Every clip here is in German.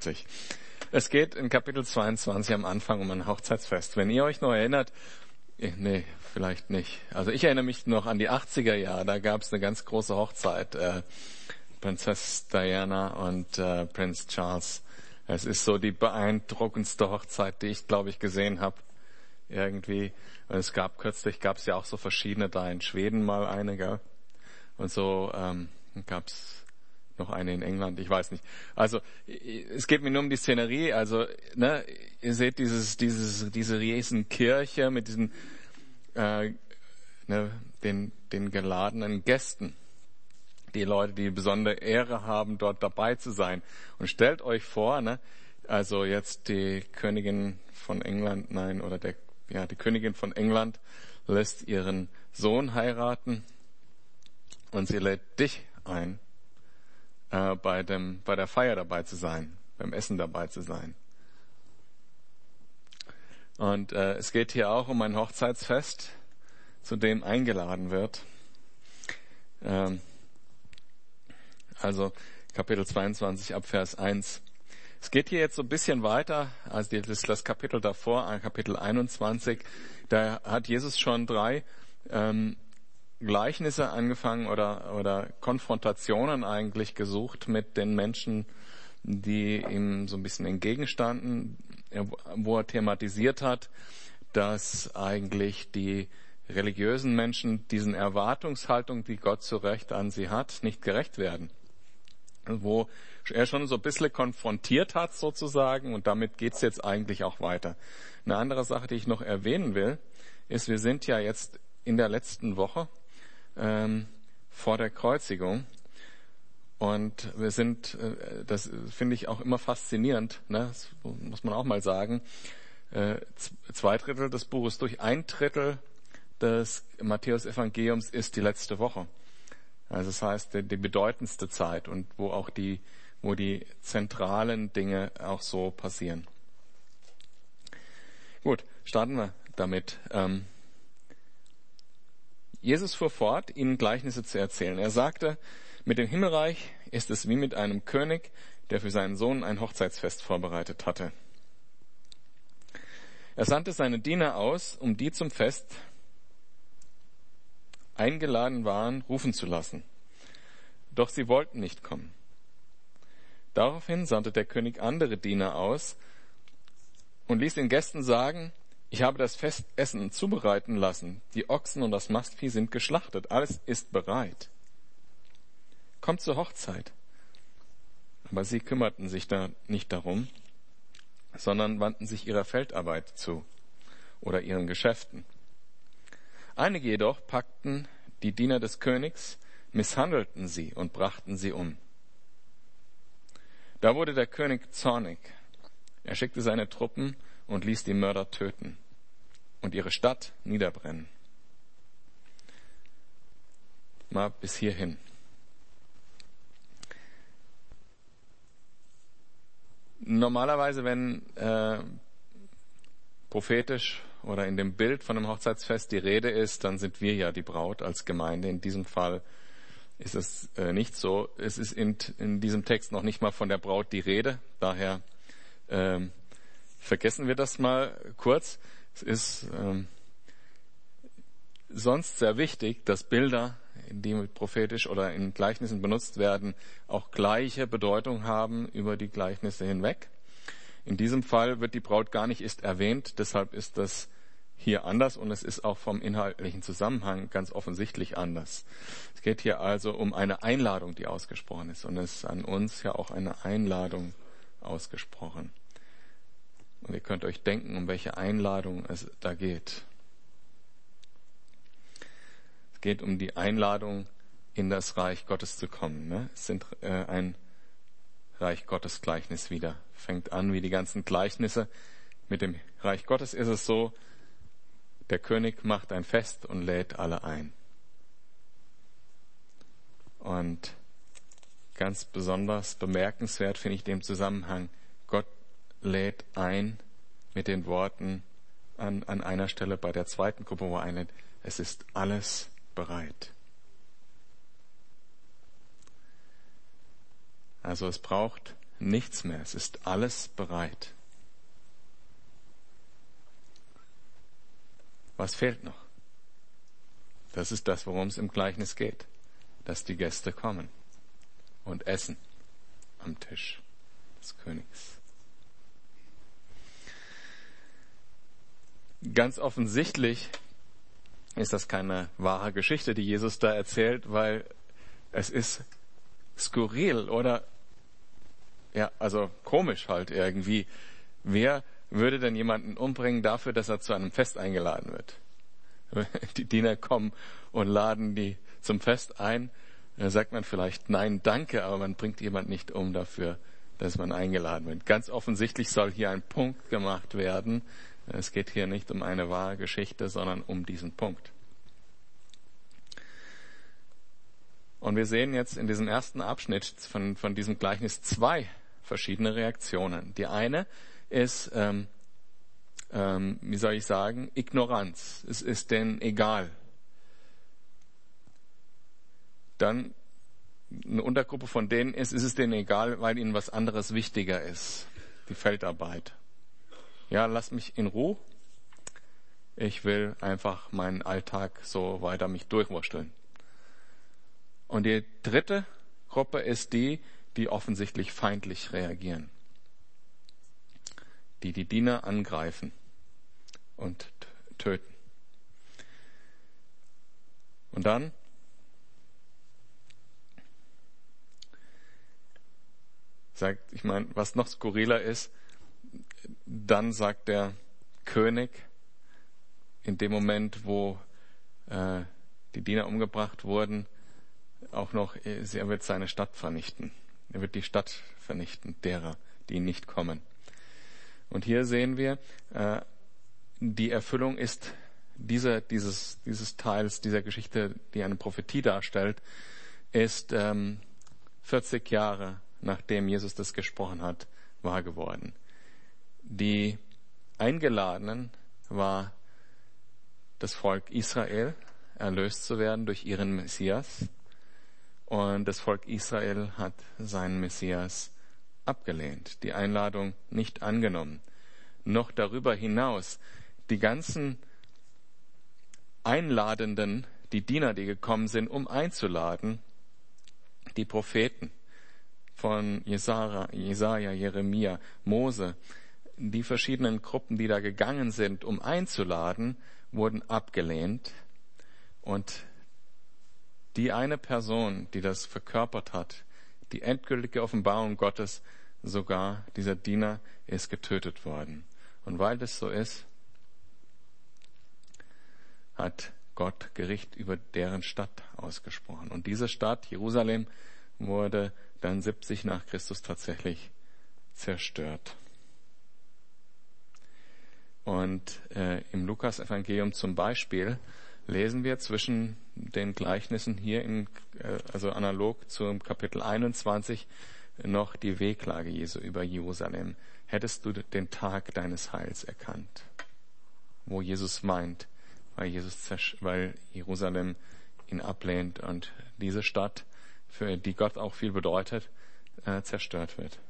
20. Es geht in Kapitel 22 am Anfang um ein Hochzeitsfest. Wenn ihr euch noch erinnert, nee, vielleicht nicht. Also ich erinnere mich noch an die 80er Jahre, da gab es eine ganz große Hochzeit. Prinzess Diana und Prinz Charles. Es ist so die beeindruckendste Hochzeit, die ich, glaube ich, gesehen habe. Irgendwie. Und es gab ja auch so verschiedene, da in Schweden mal eine, gell? Und so gab es noch eine in England, ich weiß nicht. Also es geht mir nur um die Szenerie. Also ne, ihr seht diese riesen Kirche mit diesen den geladenen Gästen. Die Leute, die besondere Ehre haben, dort dabei zu sein. Und stellt euch vor, ne, also jetzt die Königin von England, die Königin von England lässt ihren Sohn heiraten und sie lädt dich ein, bei der Feier dabei zu sein, beim Essen dabei zu sein. Und es geht hier auch um ein Hochzeitsfest, zu dem eingeladen wird. Also Kapitel 22 ab Vers 1. Es geht hier jetzt so ein bisschen weiter, als das Kapitel davor, Kapitel 21. Da hat Jesus schon 3 Gleichnisse angefangen oder Konfrontationen eigentlich gesucht mit den Menschen, die ihm so ein bisschen entgegenstanden, wo er thematisiert hat, dass eigentlich die religiösen Menschen diesen Erwartungshaltung, die Gott zu Recht an sie hat, nicht gerecht werden. Wo er schon so ein bisschen konfrontiert hat sozusagen, und damit geht's jetzt eigentlich auch weiter. Eine andere Sache, die ich noch erwähnen will, ist, wir sind ja jetzt in der letzten Woche vor der Kreuzigung, und wir sind, das finde ich auch immer faszinierend, ne? Das muss man auch mal sagen, 2/3 des Buches durch, 1/3 des Matthäus-Evangeliums ist die letzte Woche. Also das heißt, die bedeutendste Zeit, und wo die zentralen Dinge auch so passieren. Gut, starten wir damit. Jesus fuhr fort, ihnen Gleichnisse zu erzählen. Er sagte, mit dem Himmelreich ist es wie mit einem König, der für seinen Sohn ein Hochzeitsfest vorbereitet hatte. Er sandte seine Diener aus, um die zum Fest eingeladen waren, rufen zu lassen. Doch sie wollten nicht kommen. Daraufhin sandte der König andere Diener aus und ließ den Gästen sagen, ich habe das Festessen zubereiten lassen. Die Ochsen und das Mastvieh sind geschlachtet. Alles ist bereit. Kommt zur Hochzeit. Aber sie kümmerten sich da nicht darum, sondern wandten sich ihrer Feldarbeit zu oder ihren Geschäften. Einige jedoch packten die Diener des Königs, misshandelten sie und brachten sie um. Da wurde der König zornig. Er schickte seine Truppen und ließ die Mörder töten und ihre Stadt niederbrennen. Mal bis hierhin. Normalerweise, wenn prophetisch oder in dem Bild von einem Hochzeitsfest die Rede ist, dann sind wir ja die Braut als Gemeinde. In diesem Fall ist es nicht so. Es ist in diesem Text noch nicht mal von der Braut die Rede. Daher vergessen wir das mal kurz. Es ist sonst sehr wichtig, dass Bilder, die prophetisch oder in Gleichnissen benutzt werden, auch gleiche Bedeutung haben über die Gleichnisse hinweg. In diesem Fall wird die Braut gar nicht erwähnt, deshalb ist das hier anders, und es ist auch vom inhaltlichen Zusammenhang ganz offensichtlich anders. Es geht hier also um eine Einladung, die ausgesprochen ist, und es ist an uns ja auch eine Einladung ausgesprochen. Und ihr könnt euch denken, um welche Einladung es da geht. Es geht um die Einladung, in das Reich Gottes zu kommen. Ne? Es sind ein Reich Gottes Gleichnis wieder. Fängt an wie die ganzen Gleichnisse. Mit dem Reich Gottes ist es so, der König macht ein Fest und lädt alle ein. Und ganz besonders bemerkenswert finde ich den Zusammenhang, Gott lädt ein mit den Worten an einer Stelle bei der zweiten Gruppe, wo er einlädt, es ist alles bereit. Also es braucht nichts mehr. Es ist alles bereit. Was fehlt noch? Das ist das, worum es im Gleichnis geht. Dass die Gäste kommen und essen am Tisch des Königs. Ganz offensichtlich ist das keine wahre Geschichte, die Jesus da erzählt, weil es ist skurril oder also komisch halt irgendwie. Wer würde denn jemanden umbringen dafür, dass er zu einem Fest eingeladen wird? Die Diener kommen und laden die zum Fest ein. Da sagt man vielleicht nein, danke, aber man bringt jemand nicht um dafür, dass man eingeladen wird. Ganz offensichtlich soll hier ein Punkt gemacht werden. Es geht hier nicht um eine wahre Geschichte, sondern um diesen Punkt. Und wir sehen jetzt in diesem ersten Abschnitt von diesem Gleichnis 2 verschiedene Reaktionen. Die eine ist, Ignoranz. Es ist denen egal. Dann eine Untergruppe von denen ist es denen egal, weil ihnen was anderes wichtiger ist. Die Feldarbeit. Ja, lass mich in Ruhe. Ich will einfach meinen Alltag so weiter mich durchwursteln. Und die dritte Gruppe ist die offensichtlich feindlich reagieren. Die Diener angreifen und töten. Und dann was noch skurriler ist, dann sagt der König in dem Moment, wo die Diener umgebracht wurden, auch noch, er wird seine Stadt vernichten. Er wird die Stadt vernichten, derer, die nicht kommen. Und hier sehen wir, die Erfüllung ist dieses Teils dieser Geschichte, die eine Prophetie darstellt, ist 40 Jahre nachdem Jesus das gesprochen hat, wahr geworden. Die Eingeladenen war das Volk Israel, erlöst zu werden durch ihren Messias. Und das Volk Israel hat seinen Messias abgelehnt, die Einladung nicht angenommen. Noch darüber hinaus, die ganzen Einladenden, die Diener, die gekommen sind, um einzuladen, die Propheten von Jesaja, Jeremia, Mose, die verschiedenen Gruppen, die da gegangen sind, um einzuladen, wurden abgelehnt. Und die eine Person, die das verkörpert hat, die endgültige Offenbarung Gottes, sogar dieser Diener, ist getötet worden. Und weil das so ist, hat Gott Gericht über deren Stadt ausgesprochen. Und diese Stadt, Jerusalem, wurde dann 70 nach Christus tatsächlich zerstört. Und im Lukas-Evangelium zum Beispiel lesen wir zwischen den Gleichnissen hier, also analog zum Kapitel 21, noch die Wehklage Jesu über Jerusalem. Hättest du den Tag deines Heils erkannt? Wo Jesus meint, weil Jerusalem ihn ablehnt und diese Stadt, für die Gott auch viel bedeutet, zerstört wird.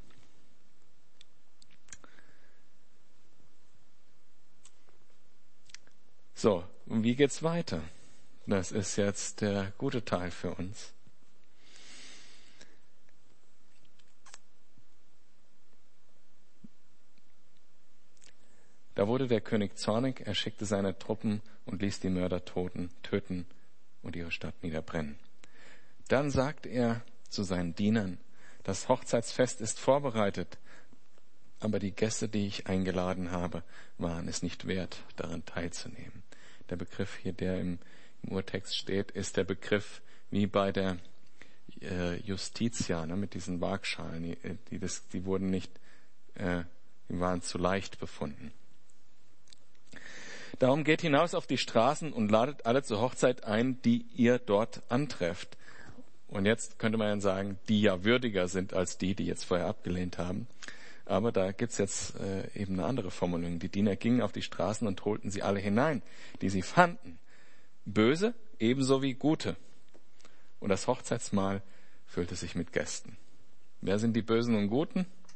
So, und wie geht's weiter? Das ist jetzt der gute Teil für uns. Da wurde der König zornig, er schickte seine Truppen und ließ die Mörder töten und ihre Stadt niederbrennen. Dann sagte er zu seinen Dienern, das Hochzeitsfest ist vorbereitet, aber die Gäste, die ich eingeladen habe, waren es nicht wert, daran teilzunehmen. Der Begriff hier, der im Urtext steht, ist der Begriff wie bei der Justitia, mit diesen Waagschalen. Die wurden nicht, die waren zu leicht befunden. Darum geht hinaus auf die Straßen und ladet alle zur Hochzeit ein, die ihr dort antrefft. Und jetzt könnte man dann sagen, die ja würdiger sind als die jetzt vorher abgelehnt haben. Aber da gibt's jetzt eben eine andere Formulierung. Die Diener gingen auf die Straßen und holten sie alle hinein, die sie fanden. Böse ebenso wie gute. Und das Hochzeitsmahl füllte sich mit Gästen. Wer sind die Bösen und Guten?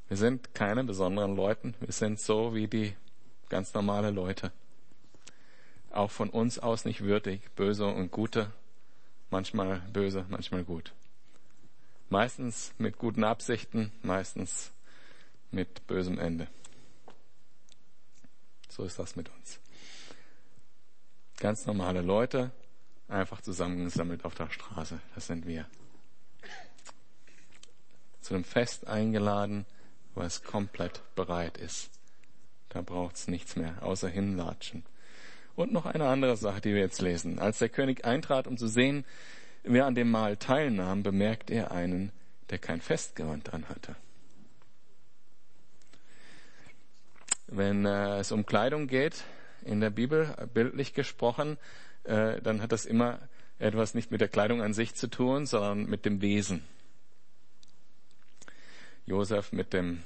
Wir sind keine besonderen Leute. Wir sind so wie die ganz normale Leute. Auch von uns aus nicht würdig, böse und gute, manchmal böse, manchmal gut. Meistens mit guten Absichten, meistens mit bösem Ende. So ist das mit uns. Ganz normale Leute, einfach zusammengesammelt auf der Straße. Das sind wir. Zu einem Fest eingeladen, was komplett bereit ist. Da braucht's nichts mehr, außer hinlatschen. Und noch eine andere Sache, die wir jetzt lesen. Als der König eintrat, um zu sehen, wer an dem Mahl teilnahm, bemerkt er einen, der kein Festgewand anhatte. Wenn es um Kleidung geht, in der Bibel, bildlich gesprochen, dann hat das immer etwas nicht mit der Kleidung an sich zu tun, sondern mit dem Wesen. Josef mit dem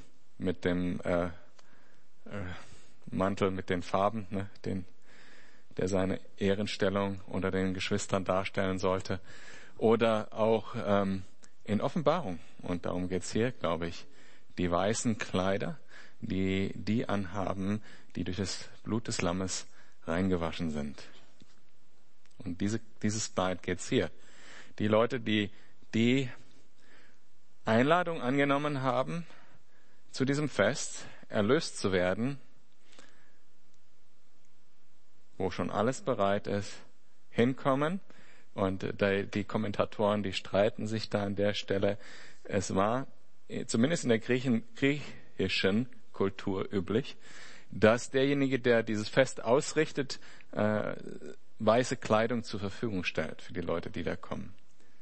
Mantel mit den Farben, ne, der seine Ehrenstellung unter den Geschwistern darstellen sollte. Oder auch in Offenbarung, und darum geht's hier, glaube ich, die weißen Kleider, die anhaben, die durch das Blut des Lammes reingewaschen sind. Und dieses Kleid geht's hier. Die Leute, die Einladung angenommen haben, zu diesem Fest erlöst zu werden, wo schon alles bereit ist, hinkommen. Und die Kommentatoren, die streiten sich da an der Stelle. Es war zumindest in der griechischen Kultur üblich, dass derjenige, der dieses Fest ausrichtet, weiße Kleidung zur Verfügung stellt für die Leute, die da kommen.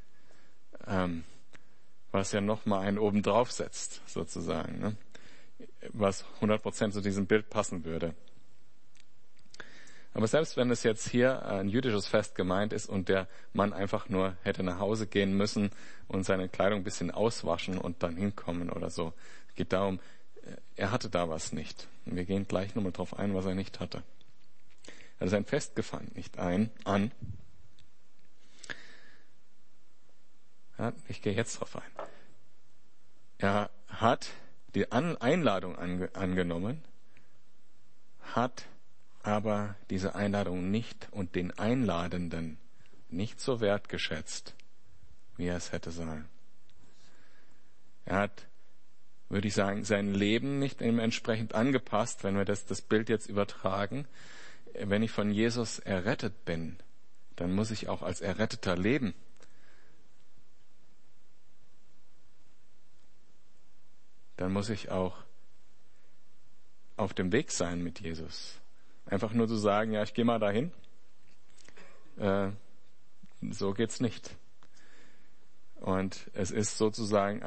Was ja nochmal einen oben drauf setzt, sozusagen, ne? Was 100% zu diesem Bild passen würde. Aber selbst wenn es jetzt hier ein jüdisches Fest gemeint ist und der Mann einfach nur hätte nach Hause gehen müssen und seine Kleidung ein bisschen auswaschen und dann hinkommen oder so, es geht darum, er hatte da was nicht. Und wir gehen gleich nochmal drauf ein, was er nicht hatte. Er hatte sein Festgewand nicht an. Ja, ich gehe jetzt drauf ein. Er hat die Einladung angenommen, hat aber diese Einladung nicht und den Einladenden nicht so wertgeschätzt, wie er es hätte sollen. Er hat, würde ich sagen, sein Leben nicht entsprechend angepasst, wenn wir das Bild jetzt übertragen. Wenn ich von Jesus errettet bin, dann muss ich auch als Erretteter leben. Dann muss ich auch auf dem Weg sein mit Jesus. Einfach nur zu sagen, ja, ich gehe mal dahin, so geht's nicht. Und es ist sozusagen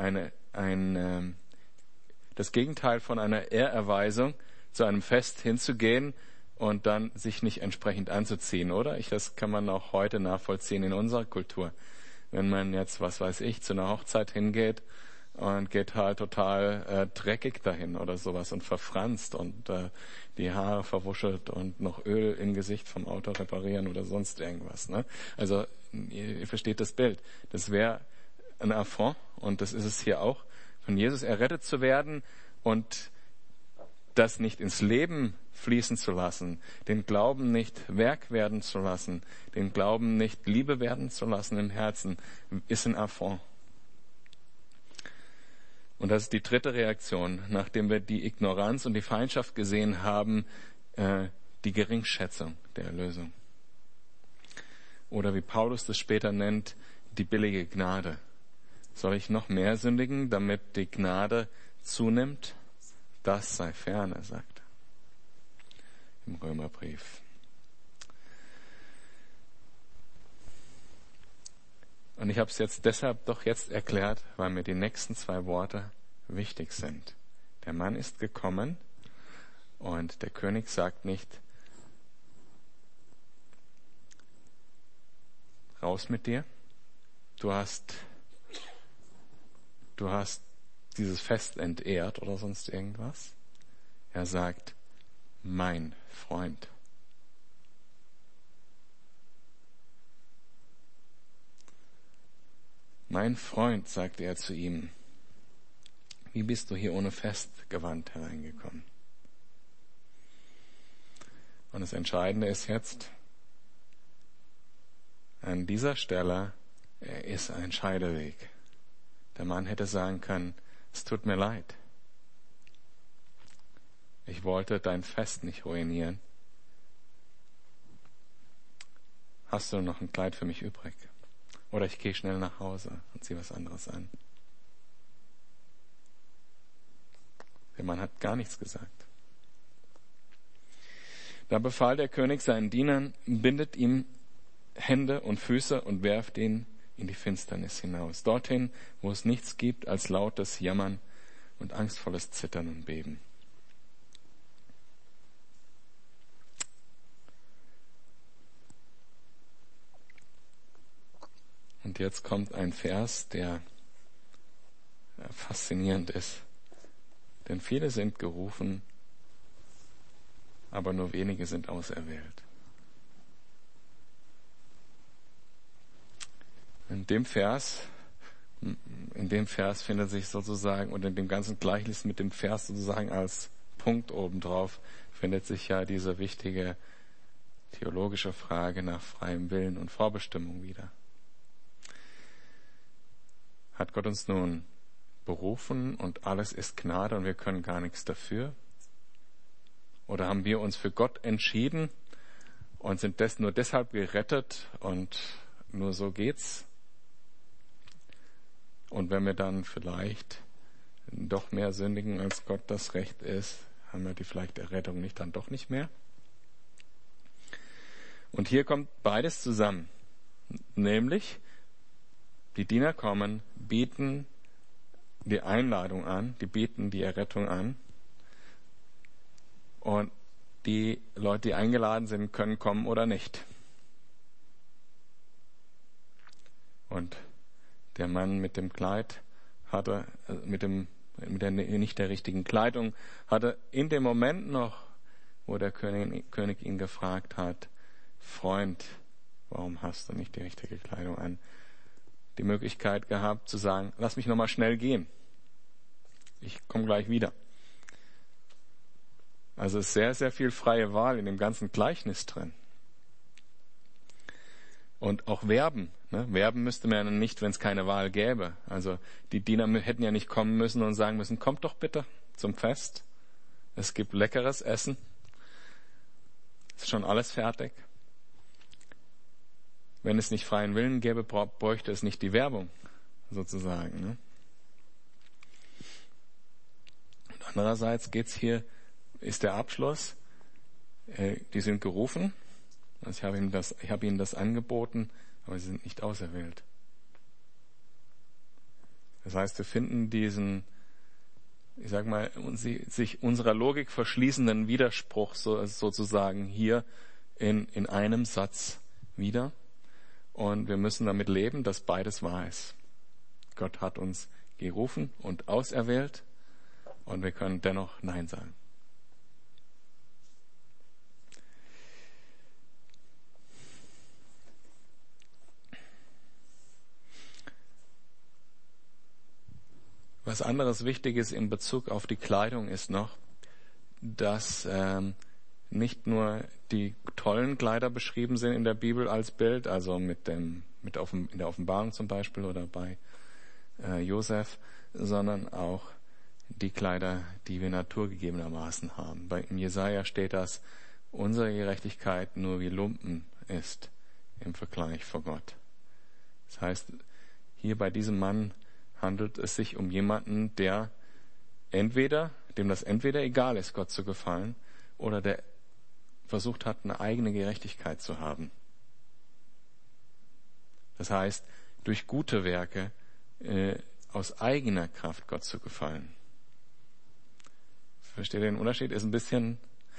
das Gegenteil von einer Ehrerweisung, zu einem Fest hinzugehen und dann sich nicht entsprechend anzuziehen, oder? Das kann man auch heute nachvollziehen in unserer Kultur. Wenn man jetzt, was weiß ich, zu einer Hochzeit hingeht und geht halt total dreckig dahin oder sowas und verfranst und die Haare verwuschelt und noch Öl im Gesicht vom Auto reparieren oder sonst irgendwas. Ne? Also ihr versteht das Bild. Das wäre ein Affront und das ist es hier auch, von Jesus errettet zu werden und das nicht ins Leben fließen zu lassen, den Glauben nicht Werk werden zu lassen, den Glauben nicht Liebe werden zu lassen im Herzen, ist ein Affront. Und das ist die dritte Reaktion, nachdem wir die Ignoranz und die Feindschaft gesehen haben, die Geringschätzung der Erlösung. Oder wie Paulus das später nennt, die billige Gnade. Soll ich noch mehr sündigen, damit die Gnade zunimmt? Das sei ferne, sagt er im Römerbrief. Und ich habe es jetzt deshalb doch jetzt erklärt, weil mir die nächsten 2 Worte wichtig sind. Der Mann ist gekommen und der König sagt nicht, raus mit dir, du hast dieses Fest entehrt oder sonst irgendwas. Er sagt, mein Freund. Mein Freund, sagte er zu ihm, Wie bist du hier ohne Festgewand hereingekommen? Und das Entscheidende ist jetzt, an dieser Stelle ist ein Scheideweg. Der Mann hätte sagen können, es tut mir leid. Ich wollte dein Fest nicht ruinieren. Hast du noch ein Kleid für mich übrig? Oder ich gehe schnell nach Hause und ziehe was anderes an. Der Mann hat gar nichts gesagt. Da befahl der König seinen Dienern, bindet ihm Hände und Füße und werft ihn in die Finsternis hinaus. Dorthin, wo es nichts gibt als lautes Jammern und angstvolles Zittern und Beben. Und jetzt kommt ein Vers, der faszinierend ist. Denn viele sind gerufen, aber nur wenige sind auserwählt. In dem Vers findet sich sozusagen, und in dem ganzen Gleichnis mit dem Vers sozusagen als Punkt obendrauf, findet sich ja diese wichtige theologische Frage nach freiem Willen und Vorbestimmung wieder. Hat Gott uns nun berufen und alles ist Gnade und wir können gar nichts dafür? Oder haben wir uns für Gott entschieden und sind nur deshalb gerettet und nur so geht's? Und wenn wir dann vielleicht doch mehr sündigen, als Gott das Recht ist, haben wir die vielleicht Errettung dann doch nicht mehr? Und hier kommt beides zusammen. Nämlich, die Diener kommen, bieten die Einladung an, die bieten die Errettung an. Und die Leute, die eingeladen sind, können kommen oder nicht. Und der Mann mit dem Kleid hatte, nicht der richtigen Kleidung, hatte in dem Moment noch, wo der König ihn gefragt hat, Freund, warum hast du nicht die richtige Kleidung an? Die Möglichkeit gehabt zu sagen, lass mich nochmal schnell gehen. Ich komme gleich wieder. Also ist sehr, sehr viel freie Wahl in dem ganzen Gleichnis drin. Und auch Werben. Werben müsste man ja nicht, wenn es keine Wahl gäbe. Also die Diener hätten ja nicht kommen müssen und sagen müssen, kommt doch bitte zum Fest. Es gibt leckeres Essen. Ist schon alles fertig. Wenn es nicht freien Willen gäbe, bräuchte es nicht die Werbung, sozusagen. Und andererseits ist der Abschluss, die sind gerufen, also ich habe ihnen das angeboten, aber sie sind nicht auserwählt. Das heißt, wir finden diesen, sich unserer Logik verschließenden Widerspruch sozusagen hier in einem Satz wieder. Und wir müssen damit leben, dass beides wahr ist. Gott hat uns gerufen und auserwählt und wir können dennoch Nein sagen. Was anderes Wichtiges in Bezug auf die Kleidung ist noch, dass nicht nur die tollen Kleider beschrieben sind in der Bibel als Bild, also in der Offenbarung zum Beispiel oder bei Josef, sondern auch die Kleider, die wir naturgegebenermaßen haben. Im Jesaja steht, dass unsere Gerechtigkeit nur wie Lumpen ist im Vergleich vor Gott. Das heißt, hier bei diesem Mann handelt es sich um jemanden, dem das entweder egal ist, Gott zu gefallen, oder der versucht hat, eine eigene Gerechtigkeit zu haben. Das heißt, durch gute Werke aus eigener Kraft Gott zu gefallen. Versteht ihr den Unterschied? Ist ein bisschen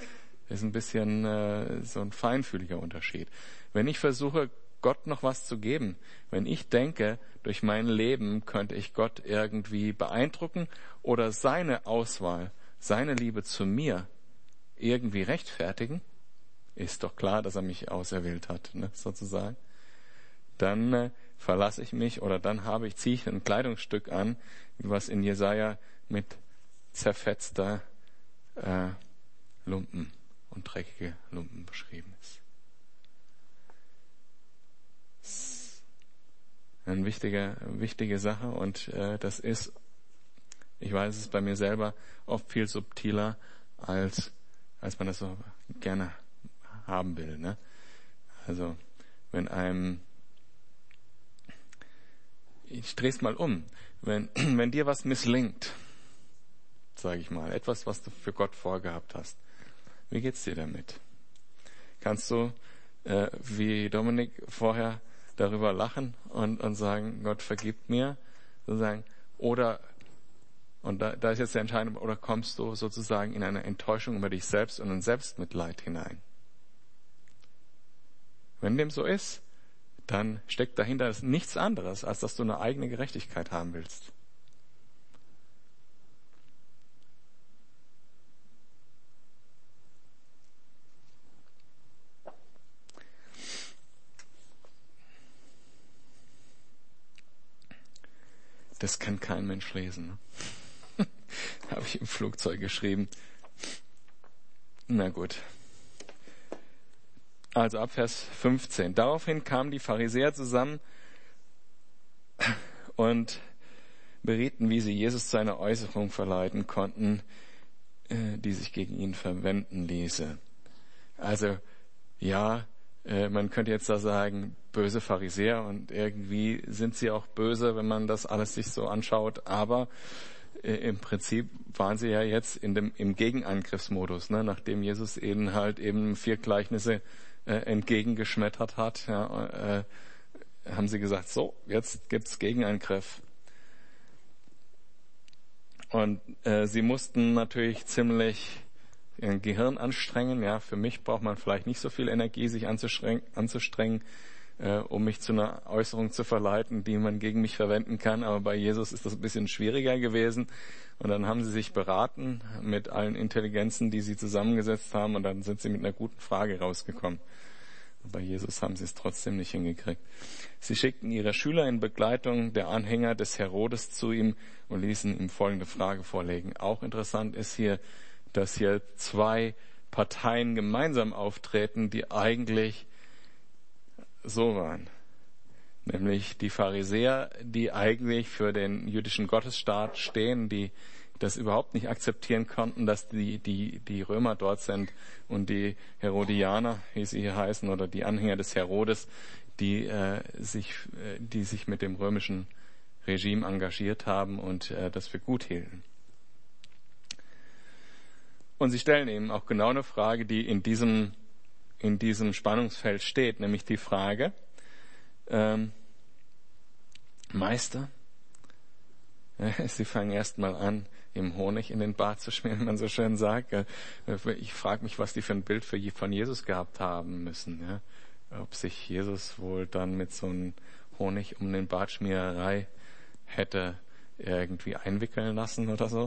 so ein feinfühliger Unterschied. Wenn ich versuche, Gott noch was zu geben, wenn ich denke, durch mein Leben könnte ich Gott irgendwie beeindrucken oder seine Auswahl, seine Liebe zu mir irgendwie rechtfertigen, ist doch klar, dass er mich auserwählt hat, sozusagen. Dann verlasse ich mich oder dann ziehe ich ein Kleidungsstück an, was in Jesaja mit zerfetzter Lumpen und dreckige Lumpen beschrieben ist. Das ist eine wichtige Sache und das ist, ich weiß, es ist bei mir selber oft viel subtiler, als man das so gerne haben will. Ne? Also ich drehe es mal um, wenn dir was misslingt, sage ich mal, etwas, was du für Gott vorgehabt hast, wie geht's dir damit? Kannst du, wie Dominik vorher, darüber lachen und sagen, Gott vergibt mir, sozusagen, oder, und da ist jetzt der entscheidende, oder kommst du sozusagen in eine Enttäuschung über dich selbst und ein Selbstmitleid hinein? Wenn dem so ist, dann steckt dahinter nichts anderes, als dass du eine eigene Gerechtigkeit haben willst. Das kann kein Mensch lesen. Ne? Habe ich im Flugzeug geschrieben. Na gut. Also ab Vers 15. Daraufhin kamen die Pharisäer zusammen und berieten, wie sie Jesus zu einer Äußerung verleiten konnten, die sich gegen ihn verwenden ließe. Also ja, man könnte jetzt da sagen, böse Pharisäer, und irgendwie sind sie auch böse, wenn man das alles sich so anschaut, aber im Prinzip waren sie ja jetzt im Gegenangriffsmodus, ne? Nachdem Jesus eben 4 Gleichnisse entgegengeschmettert hat, ja, haben sie gesagt, so, jetzt gibt's Gegenangriff. Und sie mussten natürlich ziemlich ihr Gehirn anstrengen. Ja, für mich braucht man vielleicht nicht so viel Energie, sich anzustrengen, um mich zu einer Äußerung zu verleiten, die man gegen mich verwenden kann. Aber bei Jesus ist das ein bisschen schwieriger gewesen. Und dann haben sie sich beraten mit allen Intelligenzen, die sie zusammengesetzt haben. Und dann sind sie mit einer guten Frage rausgekommen. Und bei Jesus haben sie es trotzdem nicht hingekriegt. Sie schickten ihre Schüler in Begleitung der Anhänger des Herodes zu ihm und ließen ihm folgende Frage vorlegen. Auch interessant ist hier, dass hier 2 Parteien gemeinsam auftreten, die eigentlich so waren. Nämlich die Pharisäer, die eigentlich für den jüdischen Gottesstaat stehen, die das überhaupt nicht akzeptieren konnten, dass die Römer dort sind, und die Herodianer, wie sie hier heißen, oder die Anhänger des Herodes, die sich mit dem römischen Regime engagiert haben und das für gut hielten. Und sie stellen eben auch genau eine Frage, die in diesem Spannungsfeld steht, nämlich die Frage, Meister, sie fangen erst mal an, ihm Honig in den Bart zu schmieren, wie man so schön sagt. Ich frage mich, was die für ein Bild von Jesus gehabt haben müssen. Ja? Ob sich Jesus wohl dann mit so einem Honig um den Bartschmiererei hätte irgendwie einwickeln lassen oder so.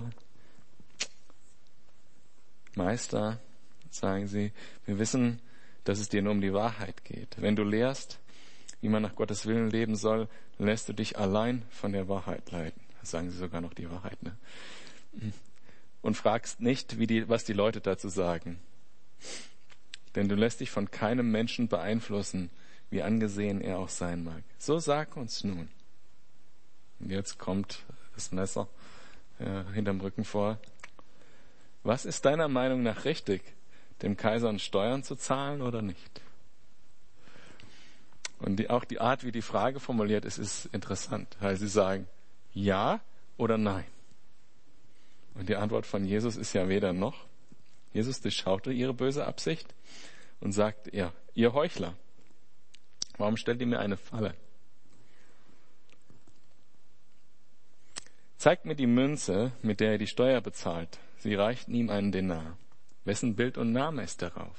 Meister, sagen sie, wir wissen, dass es dir nur um die Wahrheit geht. Wenn du lehrst, wie man nach Gottes Willen leben soll, lässt du dich allein von der Wahrheit leiten. Das sagen sie sogar noch, die Wahrheit, ne? Und fragst nicht, was die Leute dazu sagen. Denn du lässt dich von keinem Menschen beeinflussen, wie angesehen er auch sein mag. So sag uns nun. Und jetzt kommt das Messer hinterm Rücken vor. Was ist deiner Meinung nach richtig, dem Kaiser Steuern zu zahlen oder nicht? Und auch die Art, wie die Frage formuliert ist, ist interessant, weil sie sagen, ja oder nein. Und die Antwort von Jesus ist ja weder noch. Jesus durchschaute ihre böse Absicht und sagt, ja, ihr Heuchler, warum stellt ihr mir eine Falle? Zeigt mir die Münze, mit der ihr die Steuer bezahlt. Sie reichten ihm einen Denar. Wessen Bild und Name ist darauf?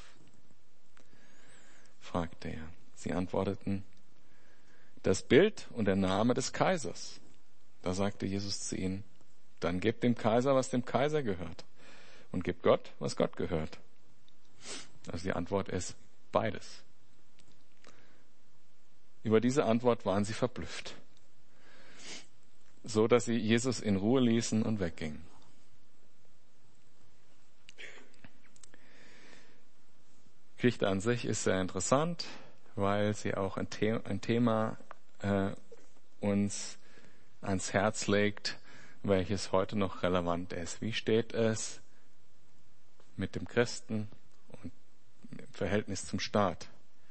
Fragte er. Sie antworteten, das Bild und der Name des Kaisers. Da sagte Jesus zu ihnen, dann gebt dem Kaiser, was dem Kaiser gehört, und gebt Gott, was Gott gehört. Also die Antwort ist beides. Über diese Antwort waren sie verblüfft. so dass sie Jesus in Ruhe ließen und weggingen. Die Geschichte an sich ist sehr interessant, weil sie auch ein Thema uns ans Herz legt, welches heute noch relevant ist. Wie steht es mit dem Christen und im Verhältnis zum Staat?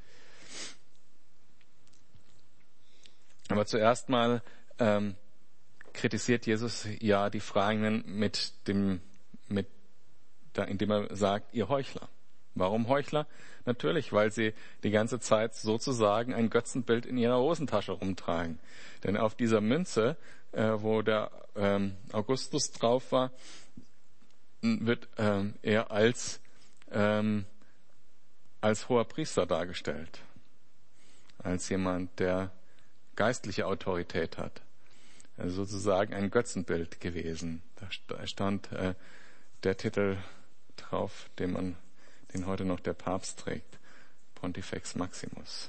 Aber zuerst mal kritisiert Jesus ja die Fragenden indem er sagt, ihr Heuchler. Warum Heuchler? Natürlich, weil sie die ganze Zeit sozusagen ein Götzenbild in ihrer Hosentasche rumtragen. Denn auf dieser Münze, wo der Augustus drauf war, wird er als hoher Priester dargestellt. Als jemand, der geistliche Autorität hat. Also sozusagen ein Götzenbild gewesen. Da stand der Titel drauf, den heute noch der Papst trägt. Pontifex Maximus.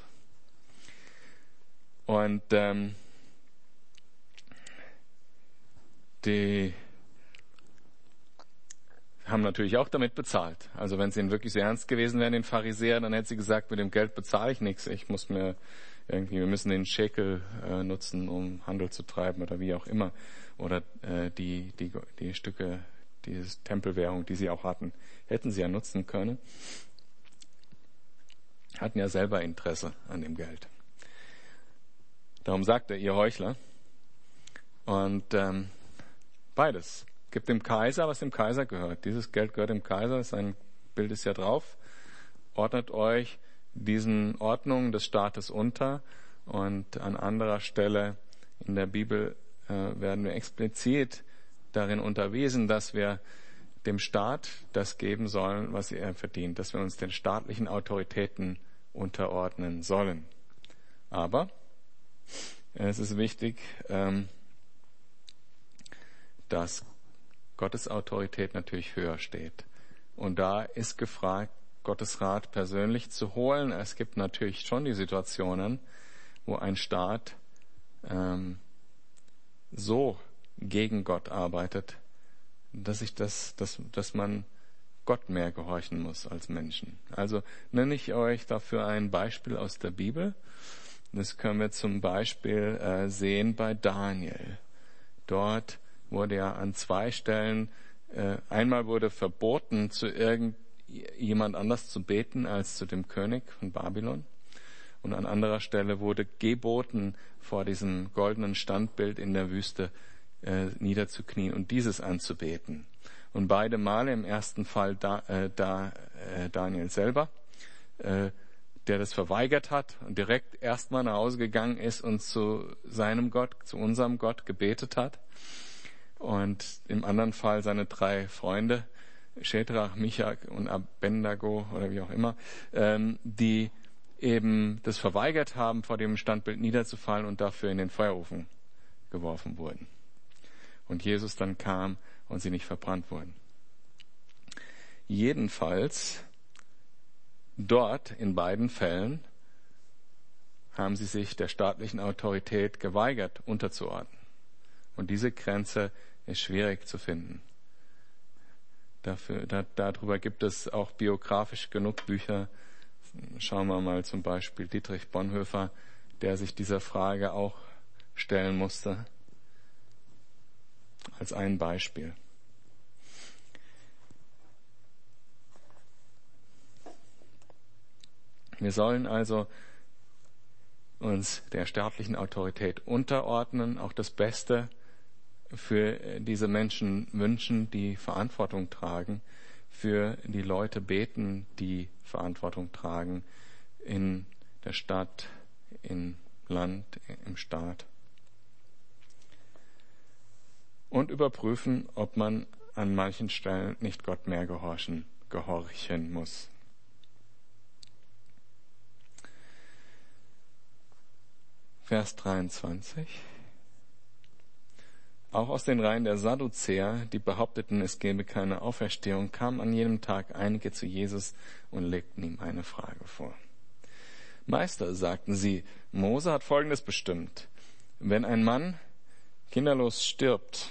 Und die haben natürlich auch damit bezahlt. Also wenn es ihnen wirklich so ernst gewesen wären, den Pharisäern, dann hätten sie gesagt, mit dem Geld bezahle ich nichts. Wir müssen den Schekel nutzen, um Handel zu treiben oder wie auch immer. Oder die Stücke, die Tempelwährung, die sie auch hatten, hätten sie ja nutzen können. Hatten ja selber Interesse an dem Geld. Darum sagt er, ihr Heuchler. Und beides. Gibt dem Kaiser, was dem Kaiser gehört. Dieses Geld gehört dem Kaiser, sein Bild ist ja drauf. Ordnet euch diesen Ordnungen des Staates unter. Und an anderer Stelle in der Bibel werden wir explizit darin unterwiesen, dass wir dem Staat das geben sollen, was er verdient, dass wir uns den staatlichen Autoritäten unterordnen sollen. Aber es ist wichtig, dass Gottes Autorität natürlich höher steht. Und da ist gefragt, Gottes Rat persönlich zu holen. Es gibt natürlich schon die Situationen, wo ein Staat so gegen Gott arbeitet, dass man Gott mehr gehorchen muss als Menschen. Also nenne ich euch dafür ein Beispiel aus der Bibel. Das können wir zum Beispiel sehen bei Daniel. Dort wurde ja an 2 Stellen, einmal wurde verboten, zu irgendjemand anders zu beten als zu dem König von Babylon. Und an anderer Stelle wurde geboten, vor diesem goldenen Standbild in der Wüste niederzuknien und dieses anzubeten. Und beide Male, im ersten Fall Daniel selber, der das verweigert hat und direkt erstmal nach Hause gegangen ist und zu seinem Gott, zu unserem Gott gebetet hat. Und im anderen Fall seine 3 Freunde, Schedrach, Mischak und Abednego oder wie auch immer, die eben das verweigert haben, vor dem Standbild niederzufallen und dafür in den Feuerofen geworfen wurden. Und Jesus dann kam und sie nicht verbrannt wurden. Jedenfalls, dort in beiden Fällen haben sie sich der staatlichen Autorität geweigert, unterzuordnen. Und diese Grenze ist schwierig zu finden. Darüber gibt es auch biografisch genug Bücher. Schauen wir mal zum Beispiel Dietrich Bonhoeffer, der sich dieser Frage auch stellen musste, als ein Beispiel. Wir sollen also uns der staatlichen Autorität unterordnen, auch das Beste für diese Menschen wünschen, die Verantwortung tragen, für die Leute beten, die Verantwortung tragen in der Stadt, im Land, im Staat. Und überprüfen, ob man an manchen Stellen nicht Gott mehr gehorchen muss. Vers 23. Auch aus den Reihen der Sadduzäer, die behaupteten, es gäbe keine Auferstehung, kamen an jedem Tag einige zu Jesus und legten ihm eine Frage vor. Meister, sagten sie, Mose hat Folgendes bestimmt. Wenn ein Mann kinderlos stirbt,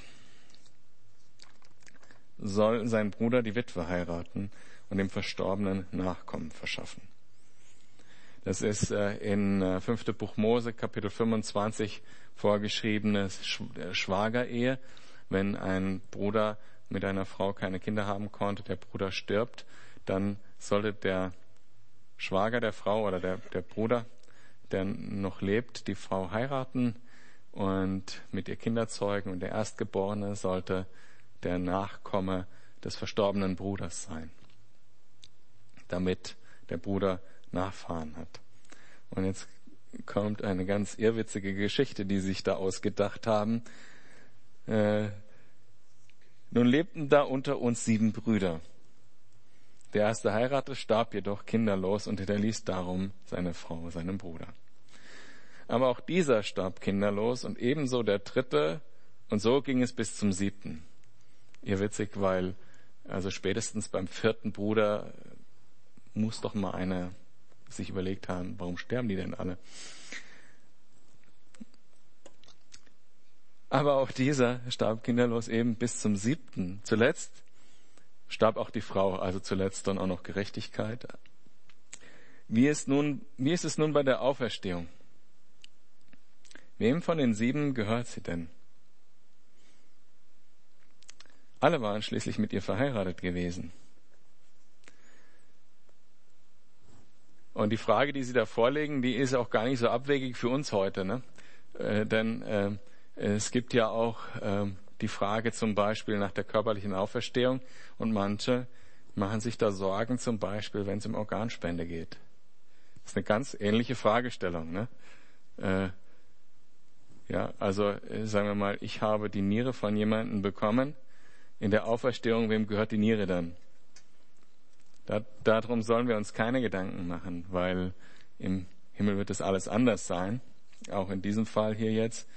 soll sein Bruder die Witwe heiraten und dem Verstorbenen Nachkommen verschaffen. Das ist in 5. Buch Mose, Kapitel 25, vorgeschriebene Schwagerehe. Wenn ein Bruder mit einer Frau keine Kinder haben konnte, der Bruder stirbt, dann sollte der Schwager der Frau oder der Bruder, der noch lebt, die Frau heiraten und mit ihr Kinder zeugen. Und der Erstgeborene sollte der Nachkomme des verstorbenen Bruders sein, damit der Bruder Nachfahren hat. Und jetzt kommt eine ganz irrwitzige Geschichte, die sich da ausgedacht haben. Nun lebten da unter uns 7 Brüder. Der erste heiratete, starb jedoch kinderlos und hinterließ darum seine Frau, seinem Bruder. Aber auch dieser starb kinderlos und ebenso der dritte, und so ging es bis zum 7. Irrwitzig, weil also spätestens beim 4. Bruder muss doch mal einer sich überlegt haben, warum sterben die denn alle? Aber auch dieser starb kinderlos eben bis zum 7. Zuletzt starb auch die Frau, also zuletzt dann auch noch Gerechtigkeit. Wie ist es nun bei der Auferstehung? Wem von den 7 gehört sie denn? Alle waren schließlich mit ihr verheiratet gewesen. Und die Frage, die Sie da vorlegen, die ist auch gar nicht so abwegig für uns heute, ne? Denn es gibt ja auch die Frage zum Beispiel nach der körperlichen Auferstehung, und manche machen sich da Sorgen, zum Beispiel, wenn es um Organspende geht. Das ist eine ganz ähnliche Fragestellung, ne? Sagen wir mal, ich habe die Niere von jemandem bekommen. In der Auferstehung, wem gehört die Niere dann? Darum sollen wir uns keine Gedanken machen, weil im Himmel wird es alles anders sein, auch in diesem Fall hier jetzt.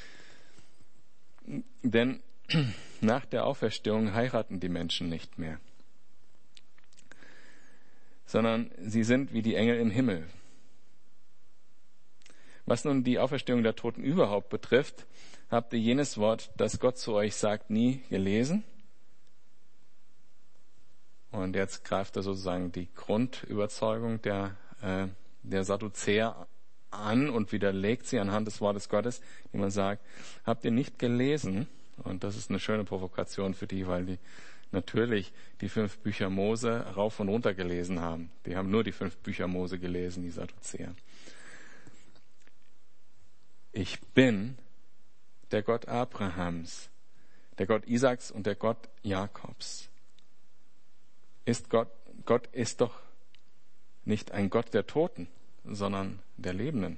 Denn nach der Auferstehung heiraten die Menschen nicht mehr, sondern sie sind wie die Engel im Himmel. Was nun die Auferstehung der Toten überhaupt betrifft, habt ihr jenes Wort, das Gott zu euch sagt, nie gelesen? Und jetzt greift er sozusagen die Grundüberzeugung der Sadduzäer an und widerlegt sie anhand des Wortes Gottes, die man sagt, habt ihr nicht gelesen? Und das ist eine schöne Provokation für die, weil die natürlich die 5 Bücher Mose rauf und runter gelesen haben. Die haben nur die 5 Bücher Mose gelesen, die Sadduzäer. Ich bin der Gott Abrahams, der Gott Isaaks und der Gott Jakobs. Gott ist doch nicht ein Gott der Toten, sondern der Lebenden.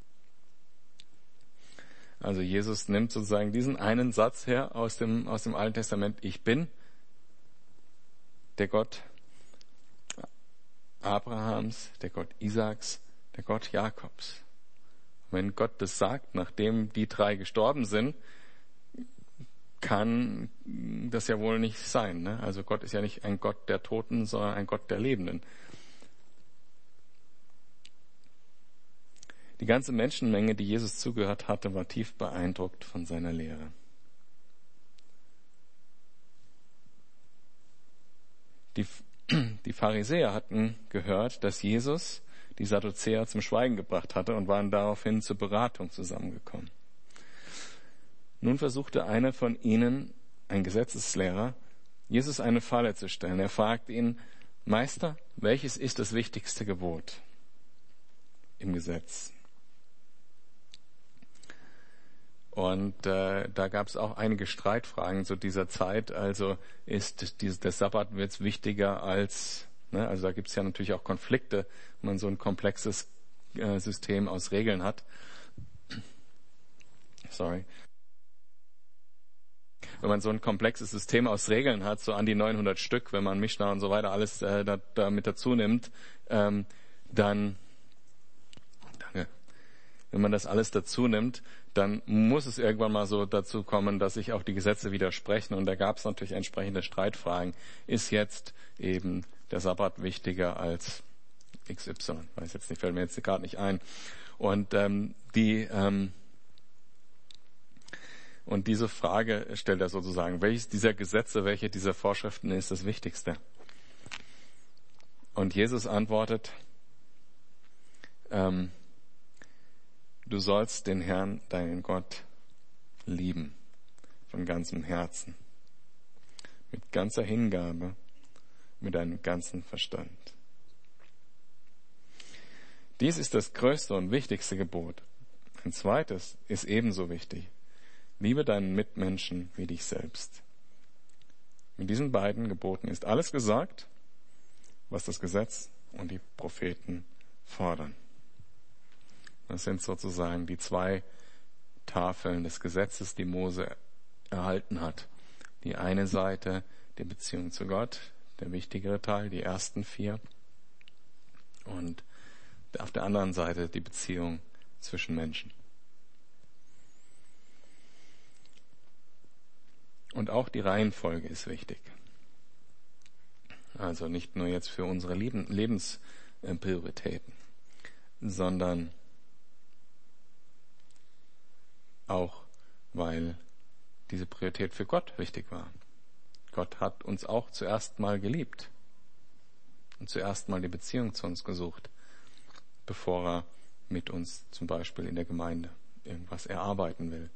Also Jesus nimmt sozusagen diesen einen Satz her aus dem Alten Testament. Ich bin der Gott Abrahams, der Gott Isaaks, der Gott Jakobs. Wenn Gott das sagt, nachdem die 3 gestorben sind, kann das ja wohl nicht sein, ne? Also Gott ist ja nicht ein Gott der Toten, sondern ein Gott der Lebenden. Die ganze Menschenmenge, die Jesus zugehört hatte, war tief beeindruckt von seiner Lehre. Die Pharisäer hatten gehört, dass Jesus die Sadduzäer zum Schweigen gebracht hatte und waren daraufhin zur Beratung zusammengekommen. Nun versuchte einer von ihnen, ein Gesetzeslehrer, Jesus eine Falle zu stellen. Er fragte ihn, Meister, welches ist das wichtigste Gebot im Gesetz? Und da gab es auch einige Streitfragen zu dieser Zeit. Also ist der Sabbat jetzt wichtiger als, ne? Also da gibt es ja natürlich auch Konflikte, wenn man so ein komplexes System aus Regeln hat. Wenn man so ein komplexes System aus Regeln hat, so an die 900 Stück, wenn man Mishnah und so weiter alles da mit dazu nimmt, dann wenn man das alles dazu nimmt, dann muss es irgendwann mal so dazu kommen, dass sich auch die Gesetze widersprechen. Und da gab es natürlich entsprechende Streitfragen. Ist jetzt eben der Sabbat wichtiger als XY? Weiß jetzt nicht, fällt mir jetzt gerade nicht ein. Und Und diese Frage stellt er sozusagen, welches dieser Gesetze, welche dieser Vorschriften ist das Wichtigste? Und Jesus antwortet, du sollst den Herrn, deinen Gott, lieben, von ganzem Herzen, mit ganzer Hingabe, mit deinem ganzen Verstand. Dies ist das größte und wichtigste Gebot. Ein zweites ist ebenso wichtig. Liebe deinen Mitmenschen wie dich selbst. Mit diesen beiden Geboten ist alles gesagt, was das Gesetz und die Propheten fordern. Das sind sozusagen die zwei Tafeln des Gesetzes, die Mose erhalten hat. Die eine Seite, die Beziehung zu Gott, der wichtigere Teil, die ersten 4. Und auf der anderen Seite die Beziehung zwischen Menschen. Und auch die Reihenfolge ist wichtig. Also nicht nur jetzt für unsere Lebensprioritäten, sondern auch, weil diese Priorität für Gott wichtig war. Gott hat uns auch zuerst mal geliebt und zuerst mal die Beziehung zu uns gesucht, bevor er mit uns zum Beispiel in der Gemeinde irgendwas erarbeiten will.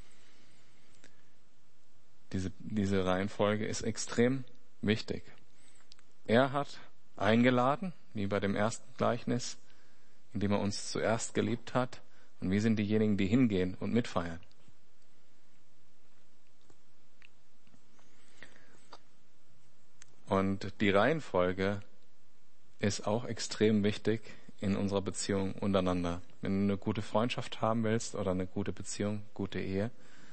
Diese Reihenfolge ist extrem wichtig. Er hat eingeladen, wie bei dem ersten Gleichnis, indem er uns zuerst geliebt hat. Und wir sind diejenigen, die hingehen und mitfeiern. Und die Reihenfolge ist auch extrem wichtig in unserer Beziehung untereinander. Wenn du eine gute Freundschaft haben willst oder eine gute Beziehung, gute Ehe,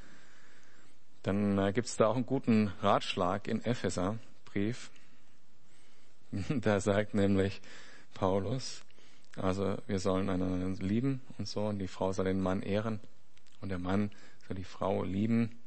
dann gibt es da auch einen guten Ratschlag in Epheserbrief. Da sagt nämlich Paulus, also wir sollen einander lieben und so, und die Frau soll den Mann ehren und der Mann soll die Frau lieben,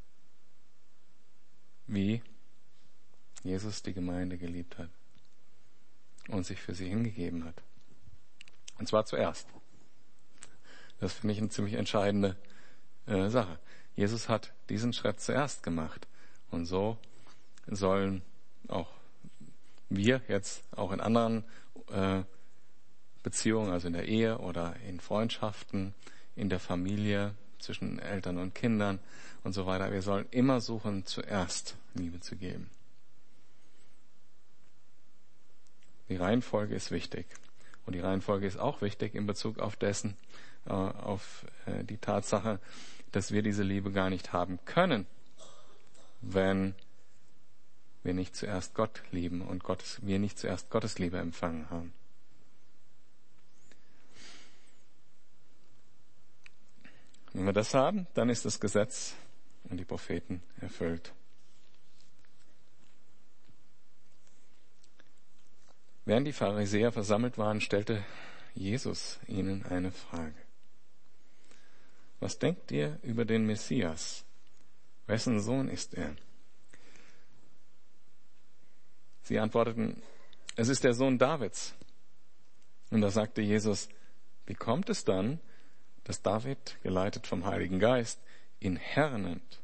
wie Jesus die Gemeinde geliebt hat und sich für sie hingegeben hat. Und zwar zuerst. Das finde ich eine ziemlich entscheidende Sache. Jesus hat diesen Schritt zuerst gemacht. Und so sollen auch wir jetzt auch in anderen Beziehungen, also in der Ehe oder in Freundschaften, in der Familie, zwischen Eltern und Kindern und so weiter, wir sollen immer suchen, zuerst Liebe zu geben. Die Reihenfolge ist wichtig. Und die Reihenfolge ist auch wichtig in Bezug auf die Tatsache, dass wir diese Liebe gar nicht haben können, wenn wir nicht zuerst Gott lieben und wir nicht zuerst Gottes Liebe empfangen haben. Wenn wir das haben, dann ist das Gesetz und die Propheten erfüllt. Während die Pharisäer versammelt waren, stellte Jesus ihnen eine Frage. Was denkt ihr über den Messias? Wessen Sohn ist er? Sie antworteten, es ist der Sohn Davids. Und da sagte Jesus, wie kommt es dann, dass David, geleitet vom Heiligen Geist, ihn Herr nennt?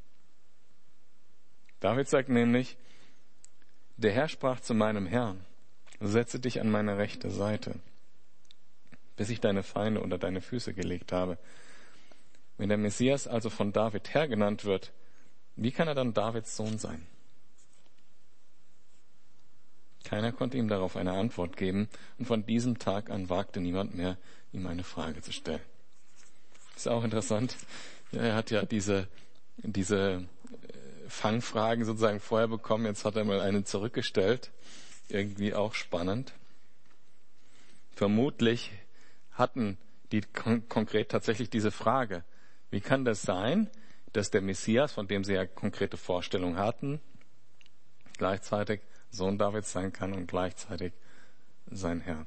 David sagt nämlich, der Herr sprach zu meinem Herrn, setze dich an meine rechte Seite, bis ich deine Feinde unter deine Füße gelegt habe. Wenn der Messias also von David Herr genannt wird, wie kann er dann Davids Sohn sein? Keiner konnte ihm darauf eine Antwort geben und von diesem Tag an wagte niemand mehr, ihm eine Frage zu stellen. Ist auch interessant. Ja, er hat ja diese Fangfragen sozusagen vorher bekommen, jetzt hat er mal eine zurückgestellt. Irgendwie auch spannend. Vermutlich hatten die konkret tatsächlich diese Frage. Wie kann das sein, dass der Messias, von dem sie ja konkrete Vorstellungen hatten, gleichzeitig Sohn Davids sein kann und gleichzeitig sein Herr?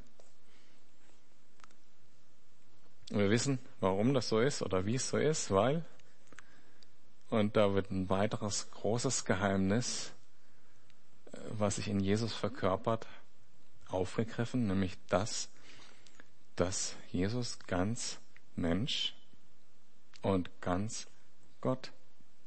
Und wir wissen, warum das so ist oder wie es so ist, weil, und da wird ein weiteres großes Geheimnis, was sich in Jesus verkörpert, aufgegriffen, nämlich das, dass Jesus ganz Mensch und ganz Gott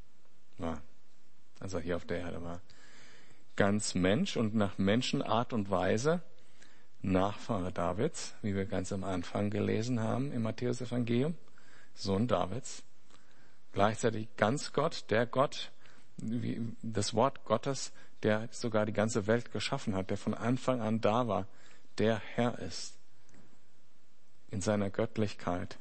war, als er hier auf der Erde war. Ganz Mensch und nach Menschenart und Weise Nachfahre Davids, wie wir ganz am Anfang gelesen haben im Matthäus-Evangelium, Sohn Davids. Gleichzeitig ganz Gott, der Gott, das Wort Gottes, der sogar die ganze Welt geschaffen hat, der von Anfang an da war, der Herr ist in seiner Göttlichkeit.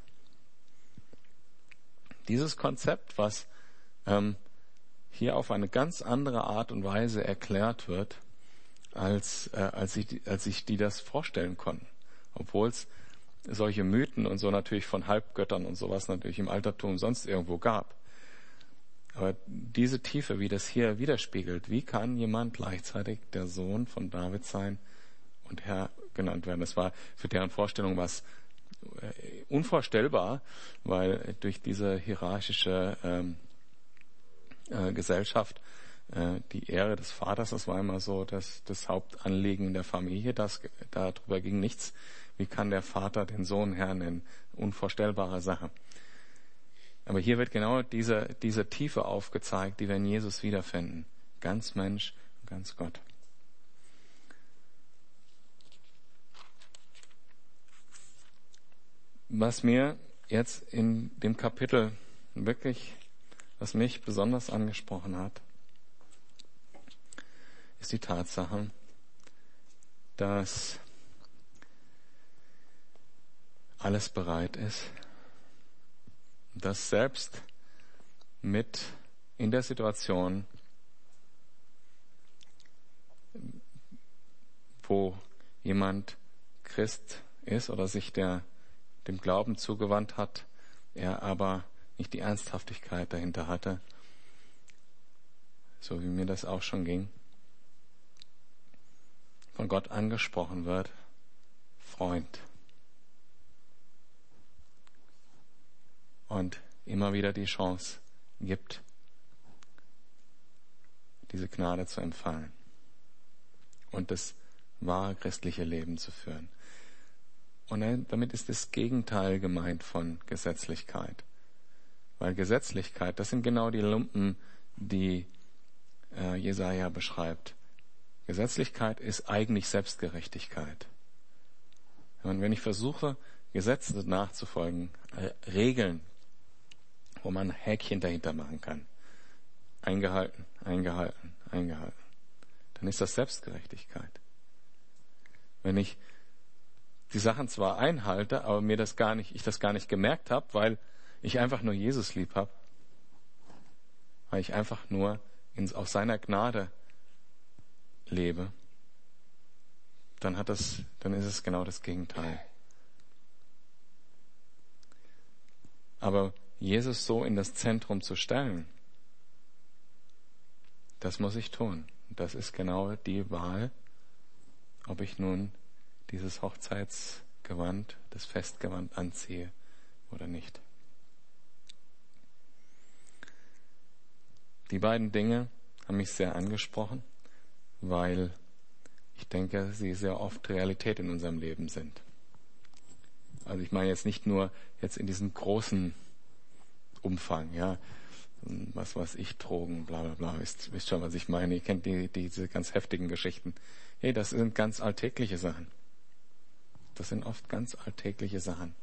Dieses Konzept, was hier auf eine ganz andere Art und Weise erklärt wird, als sich die das vorstellen konnten. Obwohl es solche Mythen und so natürlich von Halbgöttern und sowas natürlich im Altertum sonst irgendwo gab. Aber diese Tiefe, wie das hier widerspiegelt, wie kann jemand gleichzeitig der Sohn von David sein und Herr genannt werden? Das war für deren Vorstellung was unvorstellbar, weil durch diese hierarchische Gesellschaft die Ehre des Vaters, das war immer so das Hauptanliegen der Familie, darüber ging nichts. Wie kann der Vater den Sohn Herr nennen? Unvorstellbare Sache. Aber hier wird genau diese Tiefe aufgezeigt, die wir in Jesus wiederfinden. Ganz Mensch, ganz Gott. Was mir jetzt in dem Kapitel wirklich, was mich besonders angesprochen hat, ist die Tatsache, dass alles bereit ist, dass selbst mit in der Situation, wo jemand Christ ist oder sich dem Glauben zugewandt hat, er aber nicht die Ernsthaftigkeit dahinter hatte, so wie mir das auch schon ging, von Gott angesprochen wird, Freund. Und immer wieder die Chance gibt, diese Gnade zu empfangen und das wahre christliche Leben zu führen. Und damit ist das Gegenteil gemeint von Gesetzlichkeit. Weil Gesetzlichkeit, das sind genau die Lumpen, die Jesaja beschreibt. Gesetzlichkeit ist eigentlich Selbstgerechtigkeit. Und wenn ich versuche, Gesetze nachzufolgen, Regeln, wo man Häkchen dahinter machen kann, eingehalten, eingehalten, eingehalten, dann ist das Selbstgerechtigkeit. Wenn ich die Sachen zwar einhalte, aber ich das gar nicht gemerkt habe, weil ich einfach nur Jesus lieb habe, weil ich einfach nur aus seiner Gnade lebe, dann ist es genau das Gegenteil. Aber Jesus so in das Zentrum zu stellen, das muss ich tun. Das ist genau die Wahl, ob ich nun dieses Hochzeitsgewand, das Festgewand anziehe oder nicht. Die beiden Dinge haben mich sehr angesprochen, weil ich denke, sie sehr oft Realität in unserem Leben sind. Also ich meine jetzt nicht nur jetzt in diesem großen Umfang, ja, was weiß ich, Drogen, bla bla bla, wisst schon, was ich meine. Ihr kennt diese ganz heftigen Geschichten. Hey, das sind ganz alltägliche Sachen. Das sind oft ganz alltägliche Sachen.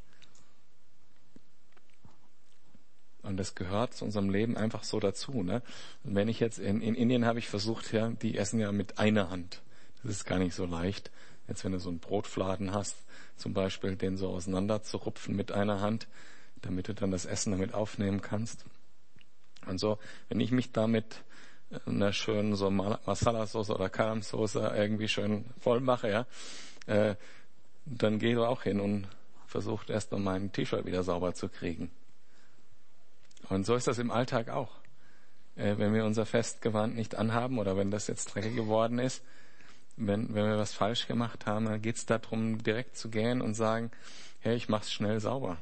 Und das gehört zu unserem Leben einfach so dazu. Ne? Und wenn ich jetzt in Indien habe ich versucht, ja, die essen ja mit einer Hand. Das ist gar nicht so leicht. Jetzt wenn du so einen Brotfladen hast, zum Beispiel den so auseinander zu rupfen mit einer Hand, damit du dann das Essen damit aufnehmen kannst. Und so, wenn ich mich da mit einer schönen so Masala-Sauce oder Karam-Sauce irgendwie schön voll mache, ja, dann gehe ich auch hin und versuche erst mal mein T-Shirt wieder sauber zu kriegen. Und so ist das im Alltag auch. Wenn wir unser Festgewand nicht anhaben oder wenn das jetzt dreckig geworden ist, wenn wir was falsch gemacht haben, dann geht es darum, direkt zu gehen und sagen, hey, ich mach's schnell sauber.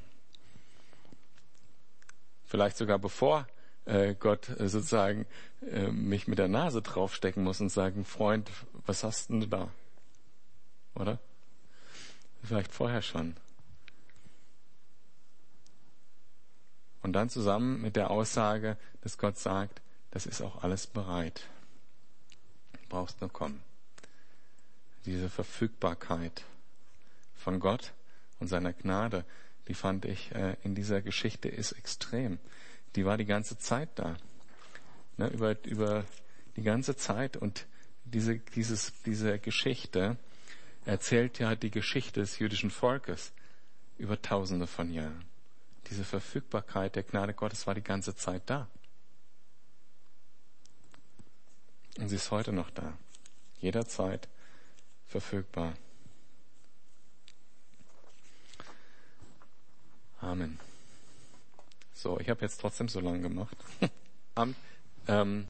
Vielleicht sogar bevor Gott sozusagen mich mit der Nase draufstecken muss und sagen, Freund, was hast denn du da? Oder? Vielleicht vorher schon. Und dann zusammen mit der Aussage, dass Gott sagt, das ist auch alles bereit. Du brauchst nur kommen. Diese Verfügbarkeit von Gott und seiner Gnade, die fand ich in dieser Geschichte ist extrem. Die war die ganze Zeit da. Ne, über die ganze Zeit. Und diese Geschichte erzählt ja die Geschichte des jüdischen Volkes über Tausende von Jahren. Diese Verfügbarkeit der Gnade Gottes war die ganze Zeit da. Und sie ist heute noch da. Jederzeit verfügbar. Amen. So, ich habe jetzt trotzdem so lange gemacht.